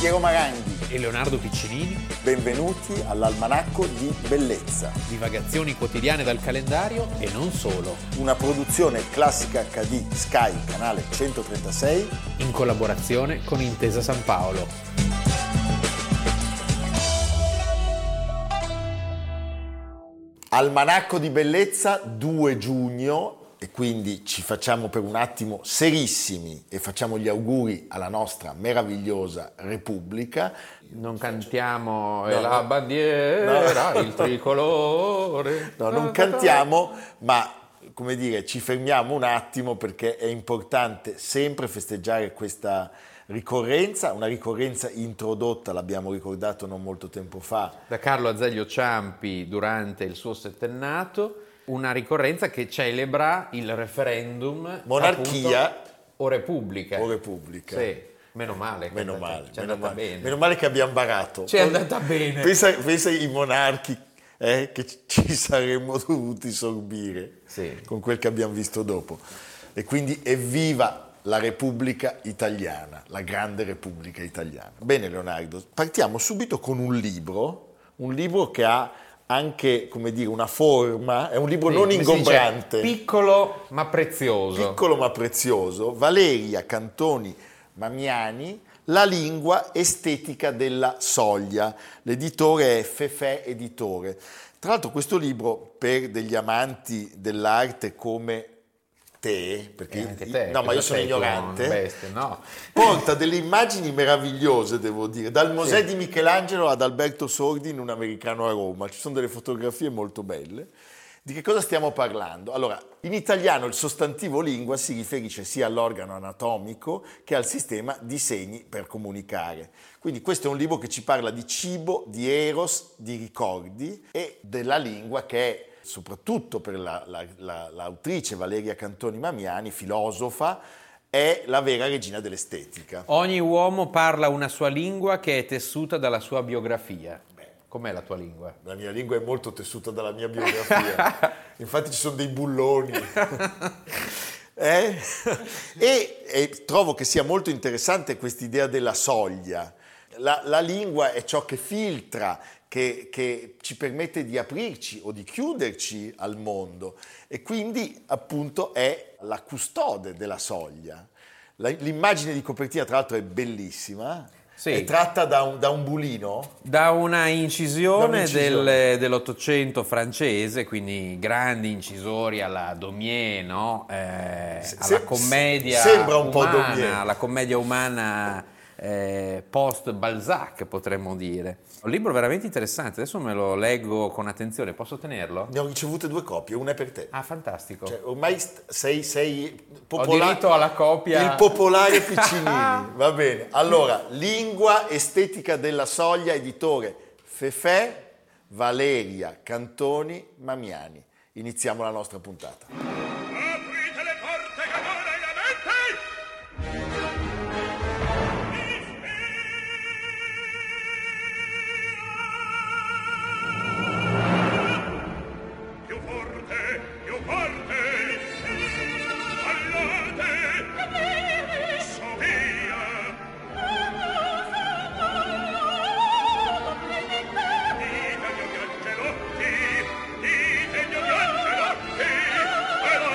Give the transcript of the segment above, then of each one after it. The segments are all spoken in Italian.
Piero Maranghi e Leonardo Piccinini. Benvenuti all'Almanacco di Bellezza. Divagazioni quotidiane dal calendario e non solo. Una produzione Classica HD Sky, canale 136. In collaborazione con Intesa San Paolo. Almanacco di Bellezza, 2 giugno. E quindi ci facciamo per un attimo serissimi e facciamo gli auguri alla nostra meravigliosa Repubblica. Non cantiamo la bandiera, il tricolore. No, non cantiamo, ma come dire, ci fermiamo un attimo perché è importante sempre festeggiare questa ricorrenza, una ricorrenza introdotta, l'abbiamo ricordato non molto tempo fa, da Carlo Azeglio Ciampi durante il suo settennato. Una ricorrenza che celebra il referendum monarchia appunto, o repubblica. O repubblica. Sì, meno male. Ci è andata bene. Meno male che abbiamo barato. Ci è andata bene. Pensa ai monarchi che ci saremmo dovuti sorbire con quel che abbiamo visto dopo. E quindi evviva la Repubblica Italiana, la grande Repubblica Italiana. Bene Leonardo, partiamo subito con un libro che ha anche, come dire, una forma, è un libro non ingombrante. Piccolo ma prezioso. Piccolo ma prezioso. Valeria Cantoni Mamiani, La lingua estetica della soglia. L'editore è Fefè Editore. Tra l'altro questo libro, per degli amanti dell'arte come te, perché anche te, no, ma io sono ignorante, bestia, no. Porta delle immagini meravigliose, devo dire, dal Mosè di Michelangelo ad Alberto Sordi in Un americano a Roma. Ci sono delle fotografie molto belle. Di che cosa stiamo parlando? Allora, in italiano il sostantivo lingua si riferisce sia all'organo anatomico che al sistema di segni per comunicare. Quindi questo è un libro che ci parla di cibo, di eros, di ricordi e della lingua che è, soprattutto per l'autrice Valeria Cantoni Mamiani, filosofa, è la vera regina dell'estetica. Ogni uomo parla una sua lingua che è tessuta dalla sua biografia. Com'è la tua lingua? La mia lingua è molto tessuta dalla mia biografia. Infatti ci sono dei bulloni. E trovo che sia molto interessante quest'idea della soglia. La lingua è ciò che filtra, che ci permette di aprirci o di chiuderci al mondo e quindi appunto è la custode della soglia. L'immagine di copertina tra l'altro è bellissima. Sì. È tratta da un bulino? Da una incisione dell'Ottocento francese, quindi grandi incisori alla Daumier, no? Alla commedia sembra un umana, po' Daumier. alla commedia umana post Balzac, potremmo dire. Un libro veramente interessante, adesso me lo leggo con attenzione, posso tenerlo? Ne ho ricevute 2 copie, una è per te. Ah, fantastico. Cioè, ormai sei Ho diritto alla copia. Il popolare Piccinini, va bene. Allora, Lingua estetica della soglia, editore Fefè, Valeria Cantoni Mamiani. Iniziamo la nostra puntata. Aprite le porte che ora è la mente! Più forte, più forte! Ballate! So via! Dite gli angeletti! Dite gli angeletti!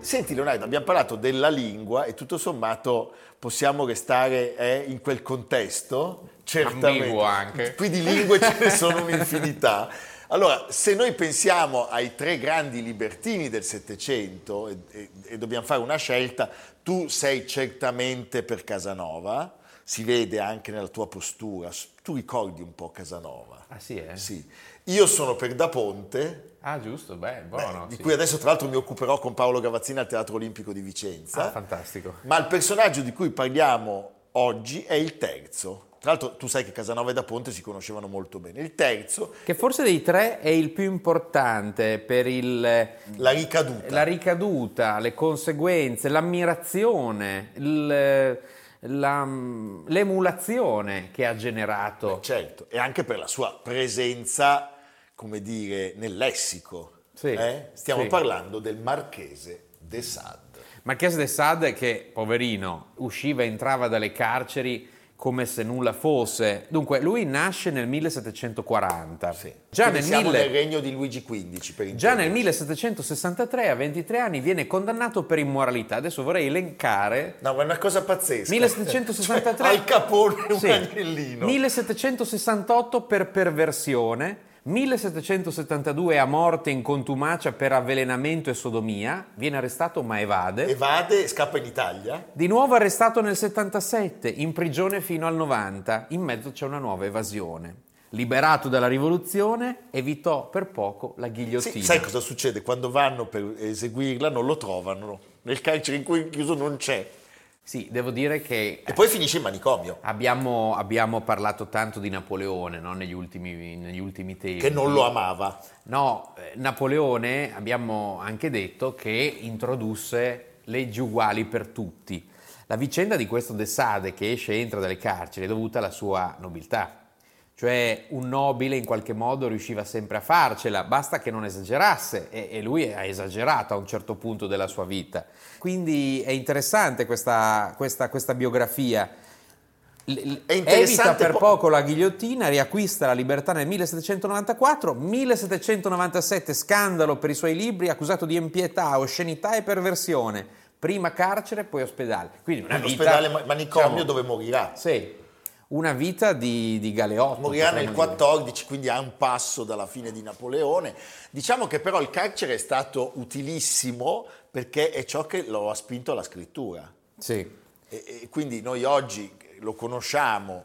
Senti Leonardo, abbiamo parlato della lingua e tutto sommato possiamo restare in quel contesto, certamente. Ambiguo anche. Qui di lingue ce ne sono un'infinità. Allora, se noi pensiamo ai tre grandi libertini del Settecento e dobbiamo fare una scelta, tu sei certamente per Casanova, si vede anche nella tua postura, tu ricordi un po' Casanova. Ah sì, eh? Sì. Io sono per Da Ponte, Ah giusto, buono. di Sì. cui adesso tra l'altro mi occuperò con Paolo Gavazzini al Teatro Olimpico di Vicenza. Ah, fantastico. Ma il personaggio di cui parliamo oggi è il terzo. Tra l'altro tu sai che Casanova e Da Ponte si conoscevano molto bene. Il terzo, Che forse dei tre è il più importante per la ricaduta. la ricaduta, le conseguenze, l'ammirazione, l'emulazione che ha generato. Certo, e anche per la sua presenza, come dire, nel lessico. Sì, Stiamo sì. parlando del Marchese de Sade. Marchese de Sade che, poverino, usciva e entrava dalle carceri come se nulla fosse. Dunque, lui nasce nel 1740. Sì. Già Quindi nel siamo nel regno di Luigi XV, per Già nel intenderci. 1763, a 23 anni, viene condannato per immoralità. Adesso vorrei elencare. No, ma è una cosa pazzesca. 1763, Cioè, Al Capone un sì. agnellino. 1768 per perversione, 1772 a morte in contumacia per avvelenamento e sodomia, viene arrestato ma evade. Evade e scappa in Italia. Di nuovo arrestato nel 77, in prigione fino al 90, in mezzo c'è una nuova evasione. Liberato dalla rivoluzione, evitò per poco la ghigliottina. Sì, sai cosa succede? Quando vanno per eseguirla non lo trovano. Nel carcere in cui è chiuso non c'è. Sì, devo dire che E poi finisce in manicomio. abbiamo parlato tanto di Napoleone, no, negli ultimi tempi. Che non lo amava. No, Napoleone abbiamo anche detto che introdusse leggi uguali per tutti. La vicenda di questo De Sade che esce e entra dalle carceri è dovuta alla sua nobiltà. Cioè un nobile in qualche modo riusciva sempre a farcela, basta che non esagerasse e lui ha esagerato a un certo punto della sua vita. Quindi è interessante questa biografia. È interessante Evita per poco la ghigliottina, riacquista la libertà nel 1794, 1797 scandalo per i suoi libri, accusato di impietà, oscenità e perversione. Prima carcere, poi ospedale. Quindi una vita, Ospedale manicomio diciamo, dove morirà. sì, una vita di galeotto. Morirà nel potremmo dire. 14, quindi a un passo dalla fine di Napoleone. Diciamo che però il carcere è stato utilissimo perché è ciò che lo ha spinto alla scrittura. Sì. E quindi noi oggi lo conosciamo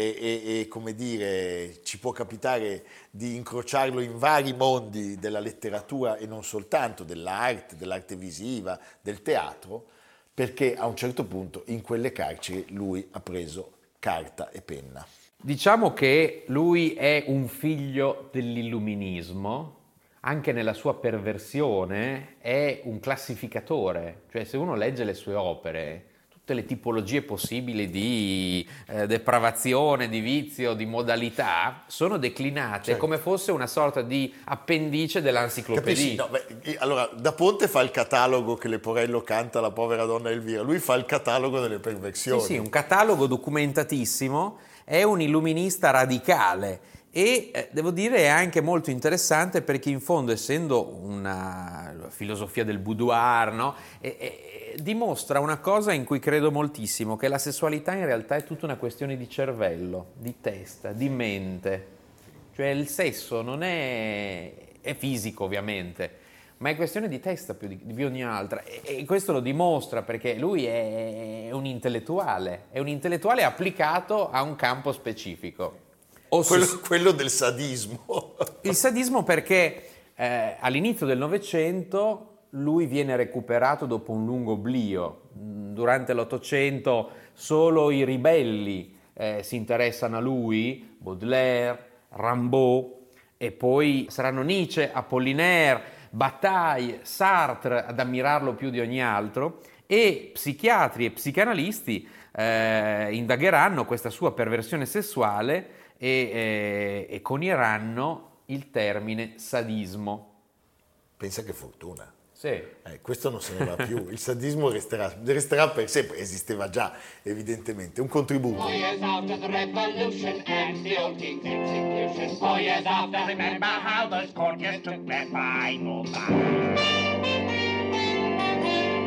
e come dire, ci può capitare di incrociarlo in vari mondi della letteratura e non soltanto dell'arte visiva, del teatro, perché a un certo punto in quelle carceri lui ha preso carta e penna. Diciamo che lui è un figlio dell'illuminismo, anche nella sua perversione è un classificatore, cioè se uno legge le sue opere, tutte le tipologie possibili di depravazione, di vizio, di modalità sono declinate Certo. come fosse una sorta di appendice Capisci? dell'enciclopedia. No, allora, Da Ponte fa il catalogo che Leporello canta alla povera donna Elvira, lui fa il catalogo delle perversioni. Sì, un catalogo documentatissimo, è un illuminista radicale e devo dire è anche molto interessante perché in fondo, essendo una filosofia del boudoir, no, dimostra una cosa in cui credo moltissimo, che la sessualità in realtà è tutta una questione di cervello, di testa, di mente. Cioè il sesso non è fisico ovviamente, ma è questione di testa più di ogni altra e questo lo dimostra perché lui è un intellettuale applicato a un campo specifico. Quello del sadismo. Il sadismo perché all'inizio del Novecento lui viene recuperato dopo un lungo oblio. Durante l'Ottocento solo i ribelli si interessano a lui, Baudelaire, Rimbaud, e poi saranno Nietzsche, Apollinaire, Bataille, Sartre ad ammirarlo più di ogni altro, e psichiatri e psicanalisti indagheranno questa sua perversione sessuale e conieranno il termine sadismo. Pensa che fortuna. Sì. Questo non se ne va più, il sadismo resterà per sempre, esisteva già evidentemente, un contributo. 4 years after the revolution and the old king's execution, 4 years after, remember how those courtiers took their final bow.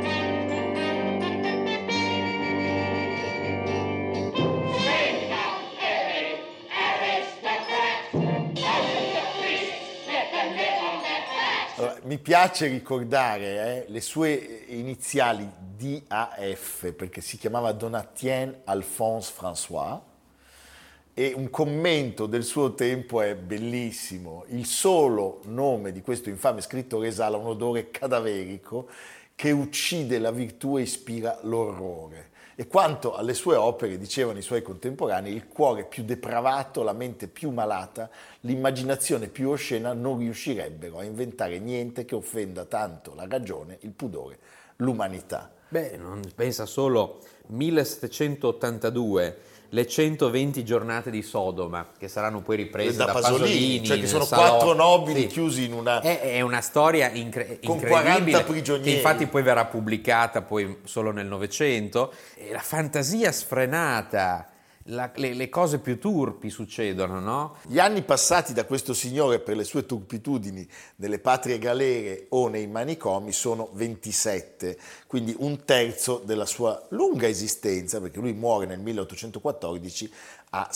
Allora, mi piace ricordare le sue iniziali DAF, perché si chiamava Donatien Alphonse François, e un commento del suo tempo è bellissimo. Il solo nome di questo infame scrittore esala un odore cadaverico che uccide la virtù e ispira l'orrore. E quanto alle sue opere, dicevano i suoi contemporanei, il cuore più depravato, la mente più malata, l'immaginazione più oscena non riuscirebbero a inventare niente che offenda tanto la ragione, il pudore, l'umanità. Beh, non pensa solo 1782, le 120 giornate di Sodoma, che saranno poi riprese da Pasolini, cioè che sono nel salotto. 4 nobili Sì. chiusi in una... È una storia con incredibile, 40 prigionieri. che infatti poi verrà pubblicata poi solo nel Novecento, e la fantasia sfrenata, le cose più turpi succedono, no? Gli anni passati da questo signore per le sue turpitudini nelle patrie galere o nei manicomi sono 27, quindi un terzo della sua lunga esistenza, perché lui muore nel 1814 a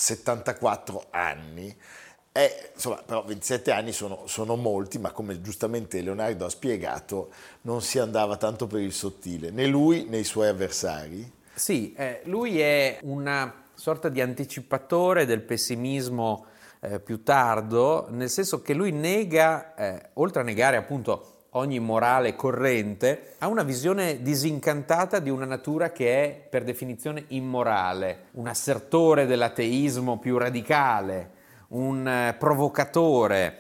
74 anni. Insomma, però 27 anni sono molti, ma come giustamente Leonardo ha spiegato, non si andava tanto per il sottile, né lui né i suoi avversari. Sì, lui è una sorta di anticipatore del pessimismo più tardo, nel senso che lui nega, oltre a negare appunto ogni morale corrente, ha una visione disincantata di una natura che è per definizione immorale, un assertore dell'ateismo più radicale, un provocatore,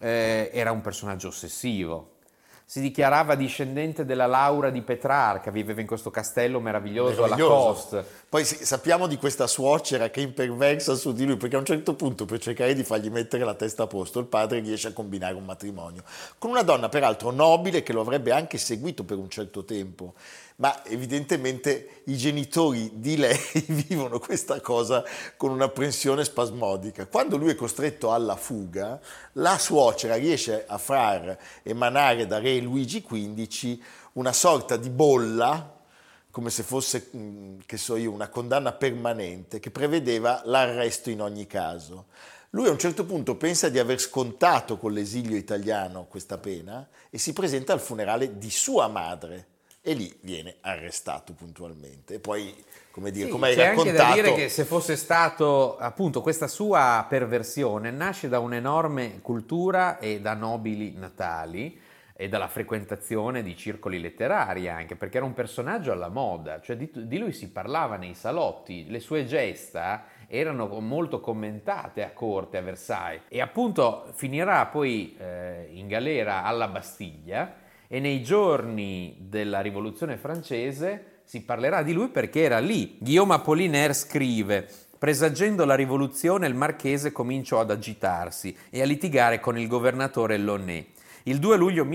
era un personaggio ossessivo. Si dichiarava discendente della Laura di Petrarca, viveva in questo castello meraviglioso alla Coste. Poi sappiamo di questa suocera che imperversa su di lui, perché a un certo punto, per cercare di fargli mettere la testa a posto, il padre riesce a combinare un matrimonio con una donna peraltro nobile che lo avrebbe anche seguito per un certo tempo, ma evidentemente i genitori di lei vivono questa cosa con un'apprensione spasmodica. Quando lui è costretto alla fuga, la suocera riesce a far emanare da re Luigi XV una sorta di bolla, come se fosse, che so io, una condanna permanente, che prevedeva l'arresto in ogni caso. Lui a un certo punto pensa di aver scontato con l'esilio italiano questa pena e si presenta al funerale di sua madre. E lì viene arrestato puntualmente. E poi, come dire, Sì, come hai c'è raccontato... anche da dire che se fosse stato, appunto, questa sua perversione nasce da un'enorme cultura e da nobili natali e dalla frequentazione di circoli letterari anche, perché era un personaggio alla moda, cioè di lui si parlava nei salotti, le sue gesta erano molto commentate a corte a Versailles, e appunto finirà poi in galera alla Bastiglia. E nei giorni della Rivoluzione francese si parlerà di lui perché era lì. Guillaume Apollinaire scrive: presagendo la rivoluzione, il marchese cominciò ad agitarsi e a litigare con il governatore Launay. Il 2 luglio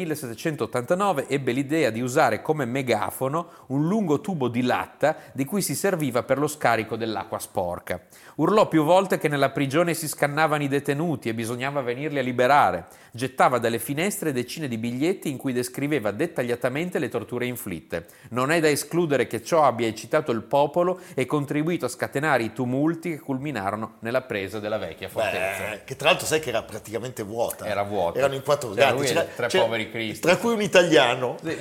1789 ebbe l'idea di usare come megafono un lungo tubo di latta di cui si serviva per lo scarico dell'acqua sporca. Urlò più volte che nella prigione si scannavano i detenuti e bisognava venirli a liberare. Gettava dalle finestre decine di biglietti in cui descriveva dettagliatamente le torture inflitte. Non è da escludere che ciò abbia eccitato il popolo e contribuito a scatenare i tumulti che culminarono nella presa della vecchia fortezza. Che tra l'altro sai che era praticamente vuota. Era vuota. Erano in 4 gatti. Tre poveri cristi. Tra cui un italiano. Sì.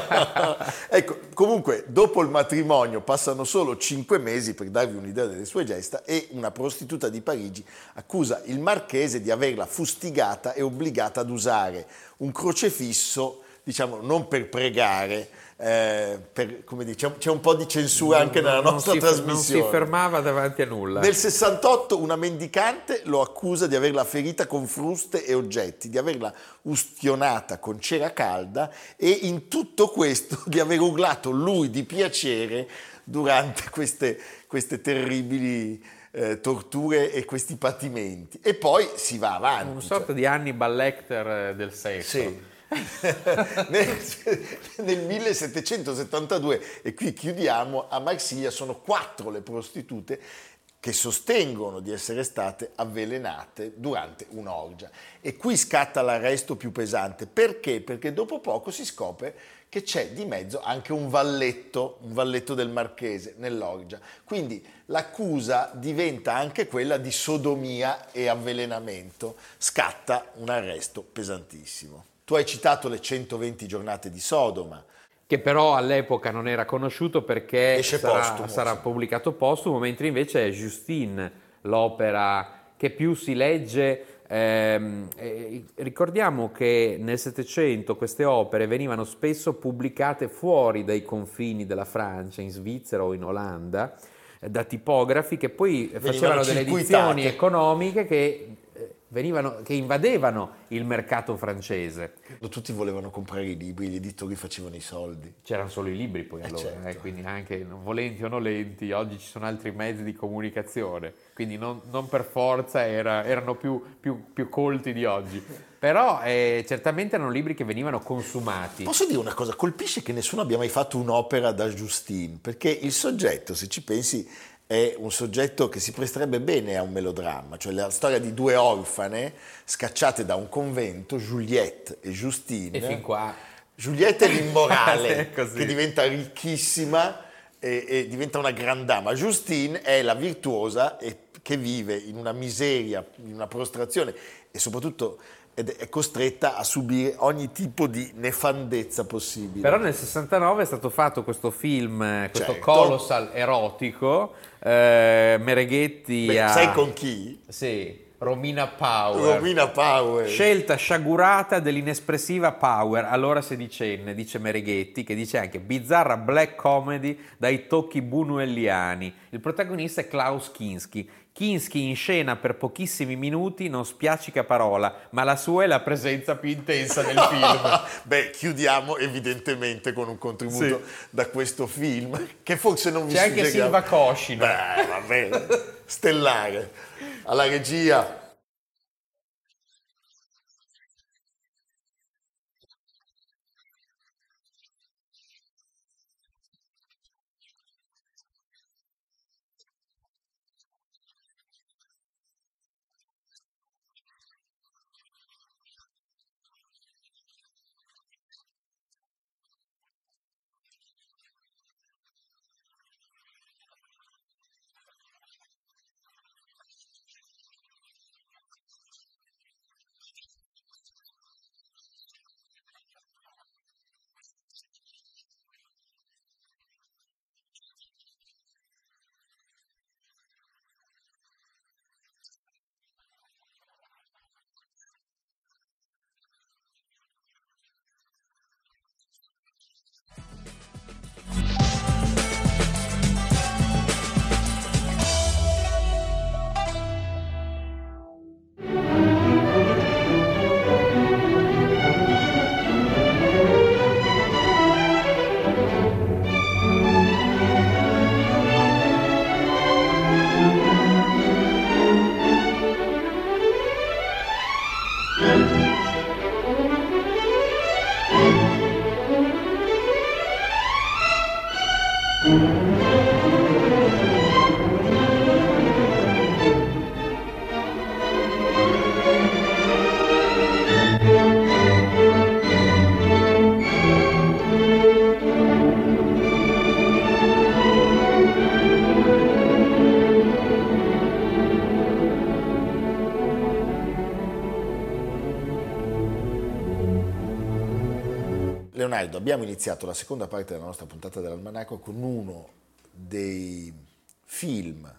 Ecco, comunque, dopo il matrimonio passano solo 5 mesi, per darvi un'idea delle sue gesta, e una prostituta di Parigi accusa il marchese di averla fustigata e obbligata ad usare un crocefisso, diciamo, non per pregare, come dice, c'è un po' di censura anche nella nostra trasmissione. Non si fermava davanti a nulla. Nel 68 una mendicante lo accusa di averla ferita con fruste e oggetti, di averla ustionata con cera calda e in tutto questo di aver urlato lui di piacere durante queste terribili torture e questi patimenti. E poi si va avanti. Una sorta di Hannibal Lecter del sesso. Sì. Nel 1772, e qui chiudiamo, a Marsiglia sono 4 le prostitute che sostengono di essere state avvelenate durante un'orgia. E qui scatta l'arresto più pesante. Perché? Perché dopo poco si scopre che c'è di mezzo anche un valletto del marchese nell'orgia. Quindi l'accusa diventa anche quella di sodomia e avvelenamento. Scatta un arresto pesantissimo. Tu hai citato le 120 giornate di Sodoma. Che però all'epoca non era conosciuto perché Esce postumo, sarà sì. pubblicato postumo, mentre invece è Justine l'opera che più si legge. Ricordiamo che nel Settecento queste opere venivano spesso pubblicate fuori dai confini della Francia, in Svizzera o in Olanda, da tipografi che poi facevano delle edizioni circuitate. economiche che invadevano il mercato francese. Tutti volevano comprare i libri, gli editori facevano i soldi. C'erano solo i libri poi allora, certo. quindi anche volenti o nolenti, oggi ci sono altri mezzi di comunicazione, quindi non per forza erano più colti di oggi, però certamente erano libri che venivano consumati. Posso dire una cosa? Colpisce che nessuno abbia mai fatto un'opera da Justine, perché il soggetto, se ci pensi, è un soggetto che si presterebbe bene a un melodramma, cioè la storia di due orfane scacciate da un convento, Juliette e Justine. E fin qua... Juliette è l'immorale, Così. che diventa ricchissima e diventa una gran dama. Justine è la virtuosa che vive in una miseria, in una prostrazione e soprattutto è costretta a subire ogni tipo di nefandezza possibile. Però nel 69 è stato fatto questo film, questo Certo. colossal erotico, Mereghetti Sai con chi? Sì, Romina Power. Romina Power. Scelta sciagurata dell'inespressiva Power, allora sedicenne, dice Mereghetti, che dice anche bizzarra black comedy dai tocchi buñueliani. Il protagonista è Klaus Kinski. Kinski in scena per pochissimi minuti non spiaccica parola, ma la sua è la presenza più intensa del film. Beh, chiudiamo evidentemente con un contributo da questo film, che forse non vi C'è anche suggerirà. Silva Coscino. Beh, va bene. Stellare. Alla regia. Leonardo, abbiamo iniziato la seconda parte della nostra puntata dell'Almanacco con uno dei film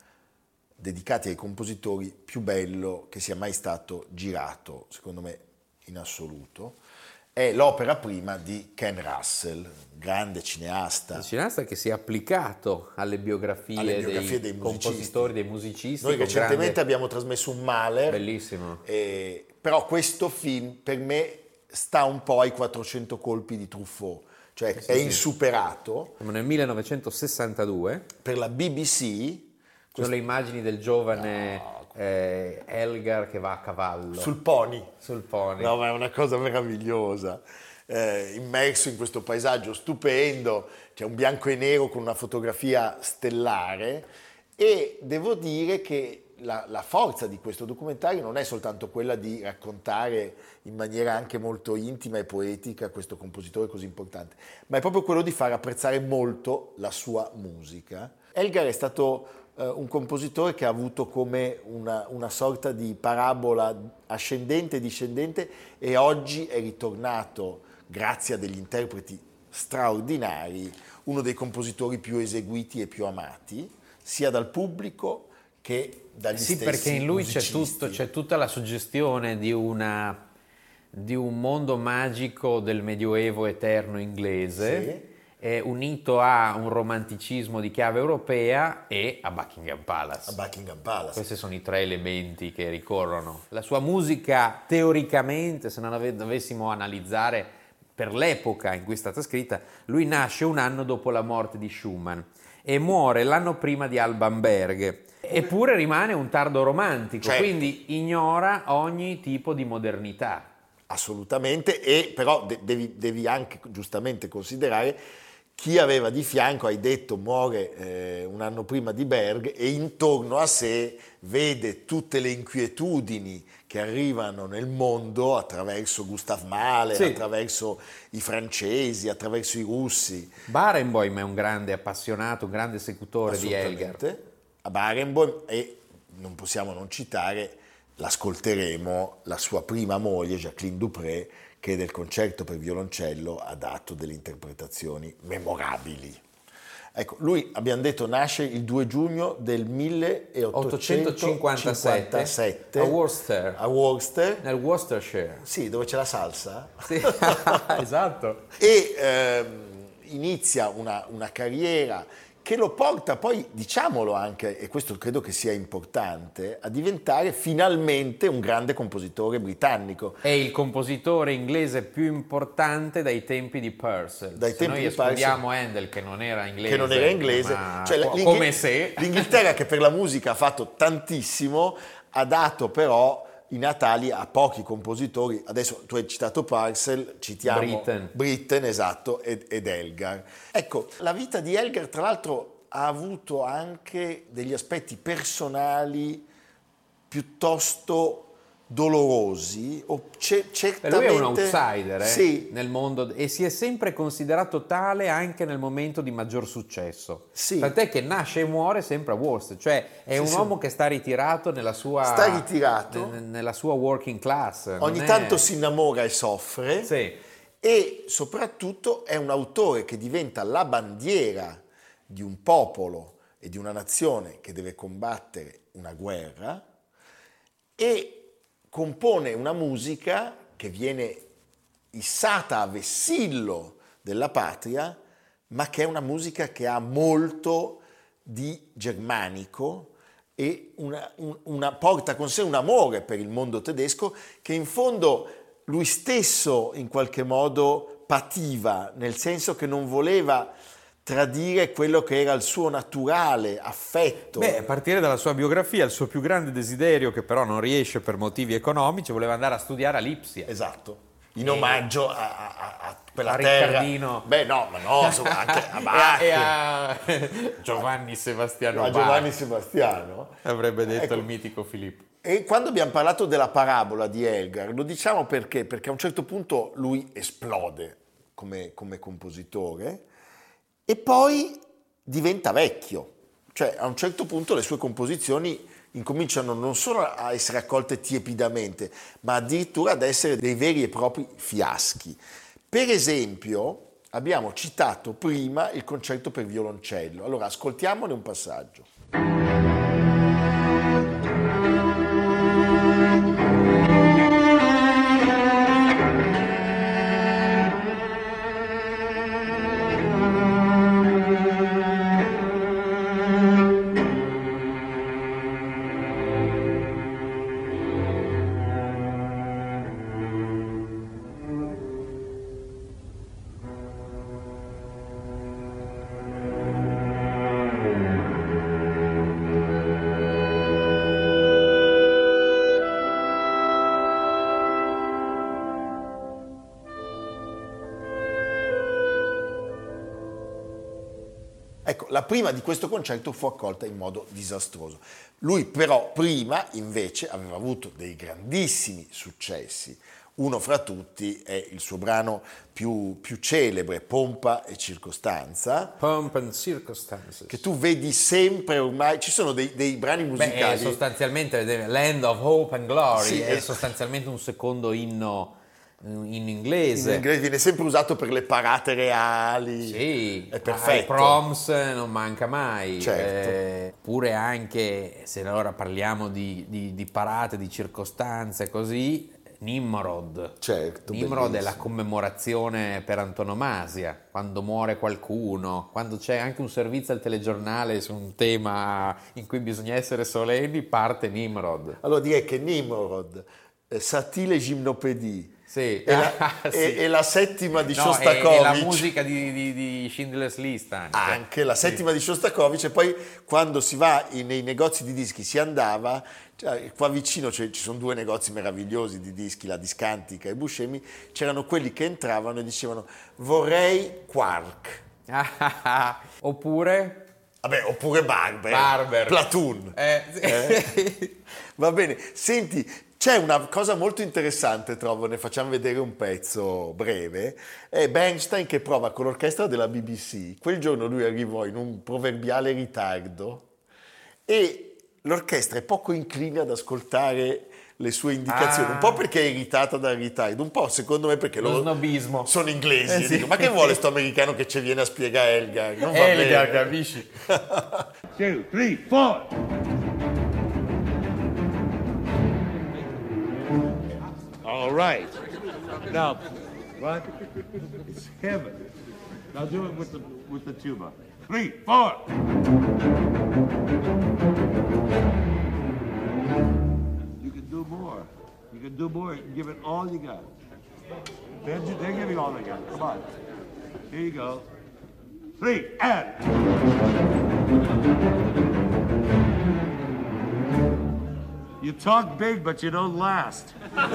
dedicati ai compositori più bello che sia mai stato girato, secondo me in assoluto. È l'opera prima di Ken Russell, grande cineasta. Il cineasta che si è applicato alle biografie dei compositori, dei musicisti. Noi recentemente abbiamo trasmesso un Mahler. Bellissimo. Però questo film per me sta un po' ai 400 colpi di Truffaut, cioè è insuperato. Siamo nel 1962. Per la BBC. Sono le immagini del giovane Elgar che va a cavallo. Sul pony. Sul pony. No, ma è una cosa meravigliosa. Immerso in questo paesaggio stupendo, c'è un bianco e nero con una fotografia stellare e devo dire che la forza di questo documentario non è soltanto quella di raccontare in maniera anche molto intima e poetica questo compositore così importante, ma è proprio quello di far apprezzare molto la sua musica. Elgar è stato un compositore che ha avuto come una sorta di parabola ascendente e discendente, e oggi è ritornato, grazie a degli interpreti straordinari, uno dei compositori più eseguiti e più amati, sia dal pubblico che dagli stessi musicisti. Sì, perché in lui c'è tutta la suggestione di un mondo magico del Medioevo eterno inglese, unito a un romanticismo di chiave europea e a Buckingham Palace. Questi sono i 3 elementi che ricorrono. La sua musica, teoricamente, se non dovessimo analizzare per l'epoca in cui è stata scritta, lui nasce un anno dopo la morte di Schumann e muore l'anno prima di Alban Berg. Eppure rimane un tardo romantico, certo. Quindi ignora ogni tipo di modernità. Assolutamente, e però devi anche giustamente considerare chi aveva di fianco. Hai detto muore un anno prima di Berg, e intorno a sé vede tutte le inquietudini che arrivano nel mondo attraverso Gustav Mahler, attraverso i francesi, attraverso i russi. Barenboim è un grande appassionato, un grande esecutore di Elgar. A Barenboim, e non possiamo non citare, l'ascolteremo, la sua prima moglie, Jacqueline Dupré, che del concerto per violoncello ha dato delle interpretazioni memorabili. Ecco, lui, abbiamo detto, nasce il 2 giugno del 1857 a Worcester, nel Worcestershire. Sì, dove c'è la salsa. Sì, esatto. E inizia una carriera che lo porta poi, diciamolo anche, e questo credo che sia importante, a diventare finalmente un grande compositore britannico. È il compositore inglese più importante dai tempi di Purcell. Noi escludiamo Handel, che non era inglese. Ma cioè, come se... L'Inghilterra, che per la musica ha fatto tantissimo, ha dato però i natali a pochi compositori. Adesso tu hai citato Purcell, citiamo Britten, esatto, ed Elgar. Ecco, la vita di Elgar, tra l'altro, ha avuto anche degli aspetti personali piuttosto dolorosi, o certamente... Lui è un outsider sì. Nel mondo, e si è sempre considerato tale anche nel momento di maggior successo. Sì. Tant'è che nasce e muore sempre a Worcester, cioè è un uomo che sta ritirato nella sua working class. Ogni tanto si innamora e soffre. Sì. E soprattutto è un autore che diventa la bandiera di un popolo e di una nazione che deve combattere una guerra, e compone una musica che viene issata a vessillo della patria, ma che è una musica che ha molto di germanico e porta con sé un amore per il mondo tedesco che in fondo lui stesso in qualche modo pativa, nel senso che non voleva tradire quello che era il suo naturale affetto. A partire dalla sua biografia, il suo più grande desiderio, che però non riesce per motivi economici, voleva andare a studiare a Lipsia. Esatto, in omaggio a quella a terra. Riccardino. Insomma, anche a Bach. E a Giovanni Sebastiano Bach. Giovanni Sebastiano. Avrebbe detto il mitico Filippo. E quando abbiamo parlato della parabola di Elgar, lo diciamo perché a un certo punto lui esplode come compositore, e poi diventa vecchio, cioè a un certo punto le sue composizioni incominciano non solo a essere accolte tiepidamente, ma addirittura ad essere dei veri e propri fiaschi. Per esempio, abbiamo citato prima il concerto per violoncello. Allora, ascoltiamone un passaggio. Ecco, la prima di questo concerto fu accolta in modo disastroso. Lui però prima invece aveva avuto dei grandissimi successi. Uno fra tutti è il suo brano più celebre, Pompa e Circostanza, Pomp and Circumstances. che tu vedi sempre ormai. Ci sono dei brani Beh, musicali. è sostanzialmente Land of Hope and Glory, Sì, è sostanzialmente un secondo inno in inglese. In inglese viene sempre usato per le parate reali. Sì, è perfetto. ai proms non manca mai. Certo. Pure anche, se allora parliamo di parate, di circostanze così, Nimrod. Certo, Nimrod è bellissimo. la commemorazione per antonomasia, quando muore qualcuno, quando c'è anche un servizio al telegiornale su un tema in cui bisogna essere solenni, parte Nimrod. Allora direi che Nimrod, Satile Gymnopédie, Sì. e la settima di No, Shostakovich. e la musica di Schindler's List Anche la settima di Shostakovich, e poi quando si va nei negozi di dischi si andava, cioè, qua vicino ci sono due negozi meravigliosi di dischi, la Discantica e Buscemi, c'erano quelli che entravano e dicevano vorrei Quark, Oppure oppure Barber. Platoon. sì. Va bene, senti, c'è una cosa molto interessante, trovo, ne facciamo vedere un pezzo breve, è Bernstein che prova con l'orchestra della BBC. Quel giorno lui arrivò in un proverbiale ritardo e l'orchestra è poco incline ad ascoltare le sue indicazioni, un po' perché è irritata dal ritardo, un po' secondo me perché Lo loro snobismo. sono inglesi. E Sì. dico, ma che vuole sto americano che ci viene a spiegare Elgar? Non va Elgar, bene. capisci? 2, 3, 4. All right. Now, what? It's heaven. Now do it with the tuba. 3, 4. You can do more. You can do more. Give it all you got. They're giving all they got. Come on. Here you go. 3 and. You talk big, but you don't last. You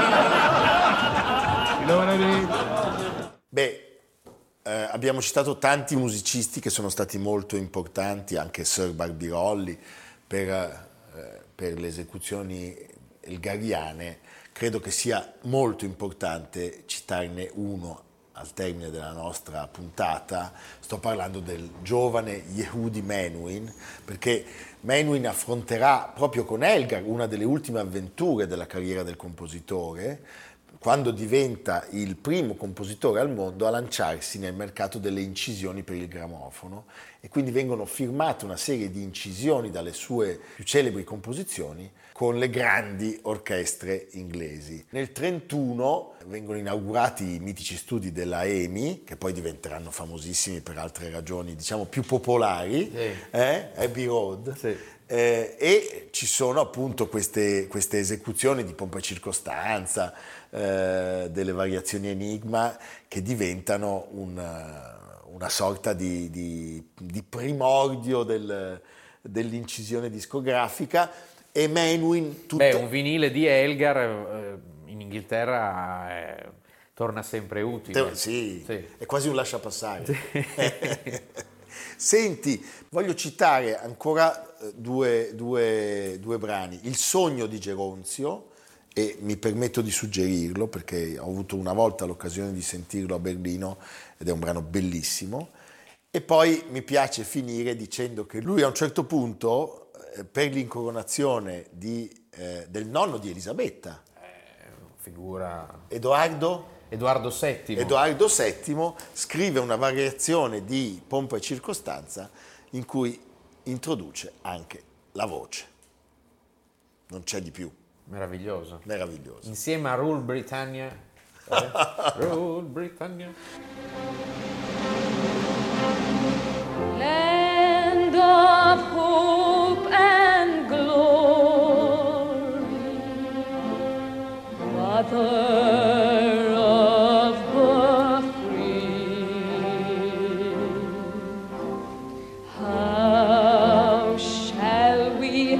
know what I mean? Beh, abbiamo citato tanti musicisti che sono stati molto importanti, anche Sir Barbirolli, per le esecuzioni elgariane. Credo che sia molto importante citarne uno al termine della nostra puntata. Sto parlando del giovane Yehudi Menuhin, perché Menuhin affronterà proprio con Elgar una delle ultime avventure della carriera del compositore, quando diventa il primo compositore al mondo a lanciarsi nel mercato delle incisioni per il grammofono, e quindi vengono firmate una serie di incisioni dalle sue più celebri composizioni con le grandi orchestre inglesi. Nel 1931 vengono inaugurati i mitici studi della EMI, che poi diventeranno famosissimi per altre ragioni, diciamo più popolari, Abbey Road. Sì. E ci sono appunto queste esecuzioni di pompa e circostanza, delle variazioni enigma, che diventano una sorta di primordio dell'incisione discografica. E Menuhin Un vinile di Elgar in Inghilterra torna sempre utile. Sì, è quasi un lasciapassare. Senti, voglio citare ancora due brani. Il sogno di Geronzio, e mi permetto di suggerirlo perché ho avuto una volta l'occasione di sentirlo a Berlino ed è un brano bellissimo. E poi mi piace finire dicendo che lui a un certo punto, per l'incoronazione del nonno di Elisabetta, Figura Edoardo VII, scrive una variazione di pompa e circostanza in cui introduce anche la voce. Non c'è di più. meraviglioso. Insieme a Rule Britannia. Rule Britannia. Land of hope and glory, mother of the free, how shall we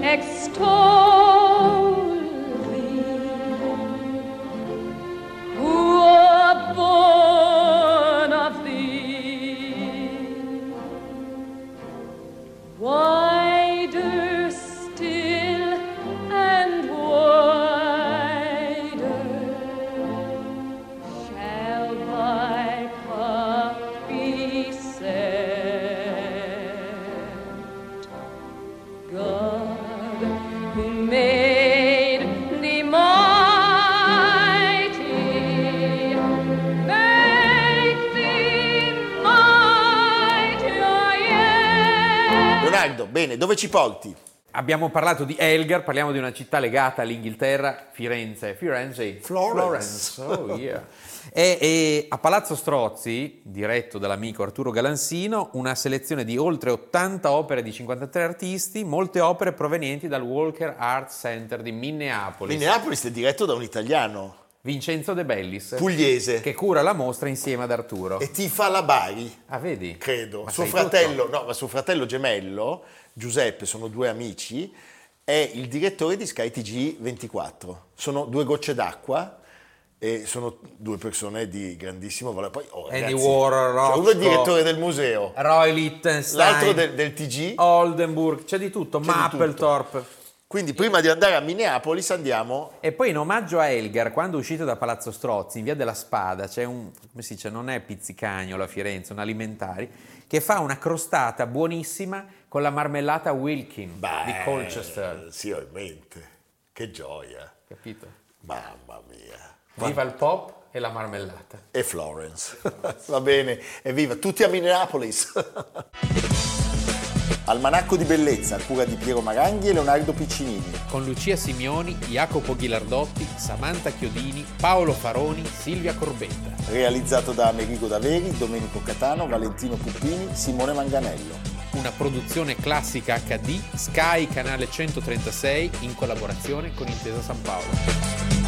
extol thee, who are born of thee? Wider still and wider Bene, dove ci porti? Abbiamo parlato di Elgar, parliamo di una città legata all'Inghilterra, Firenze. Florence. Oh yeah. E a Palazzo Strozzi, diretto dall'amico Arturo Galansino, una selezione di oltre 80 opere di 53 artisti, molte opere provenienti dal Walker Art Center di Minneapolis. Minneapolis è diretto da un italiano, Vincenzo De Bellis, pugliese, che cura la mostra insieme ad Arturo. e tifa la Bari, Ah, vedi? credo. Ma Suo sai fratello, no, ma suo fratello gemello, Giuseppe, sono due amici, è il direttore di Sky TG 24. Sono due gocce d'acqua e sono due persone di grandissimo valore. Poi, Andy ragazzi, Warhol, cioè, uno è il Rothko, direttore del museo, Roy Lichtenstein, l'altro del TG. Oldenburg, c'è di tutto, C'è di Mapplethorpe. Quindi prima di andare a Minneapolis andiamo... E poi in omaggio a Elgar, quando uscite da Palazzo Strozzi, in via della Spada, c'è un, come si dice, non è pizzicagnolo a Firenze, un alimentari, che fa una crostata buonissima con la marmellata Wilkin di Colchester. Sì, ho in mente. Che gioia. Capito? Mamma mia. Viva il pop e la marmellata. E Florence. Va bene, evviva. Tutti a Minneapolis. Almanacco di bellezza, a cura di Piero Maranghi e Leonardo Piccinini. Con Lucia Simioni, Jacopo Ghilardotti, Samantha Chiodini, Paolo Faroni, Silvia Corbetta. Realizzato da Amerigo Daveri, Domenico Catano, Valentino Puppini, Simone Manganello. Una produzione classica HD, Sky Canale 136, in collaborazione con Intesa San Paolo.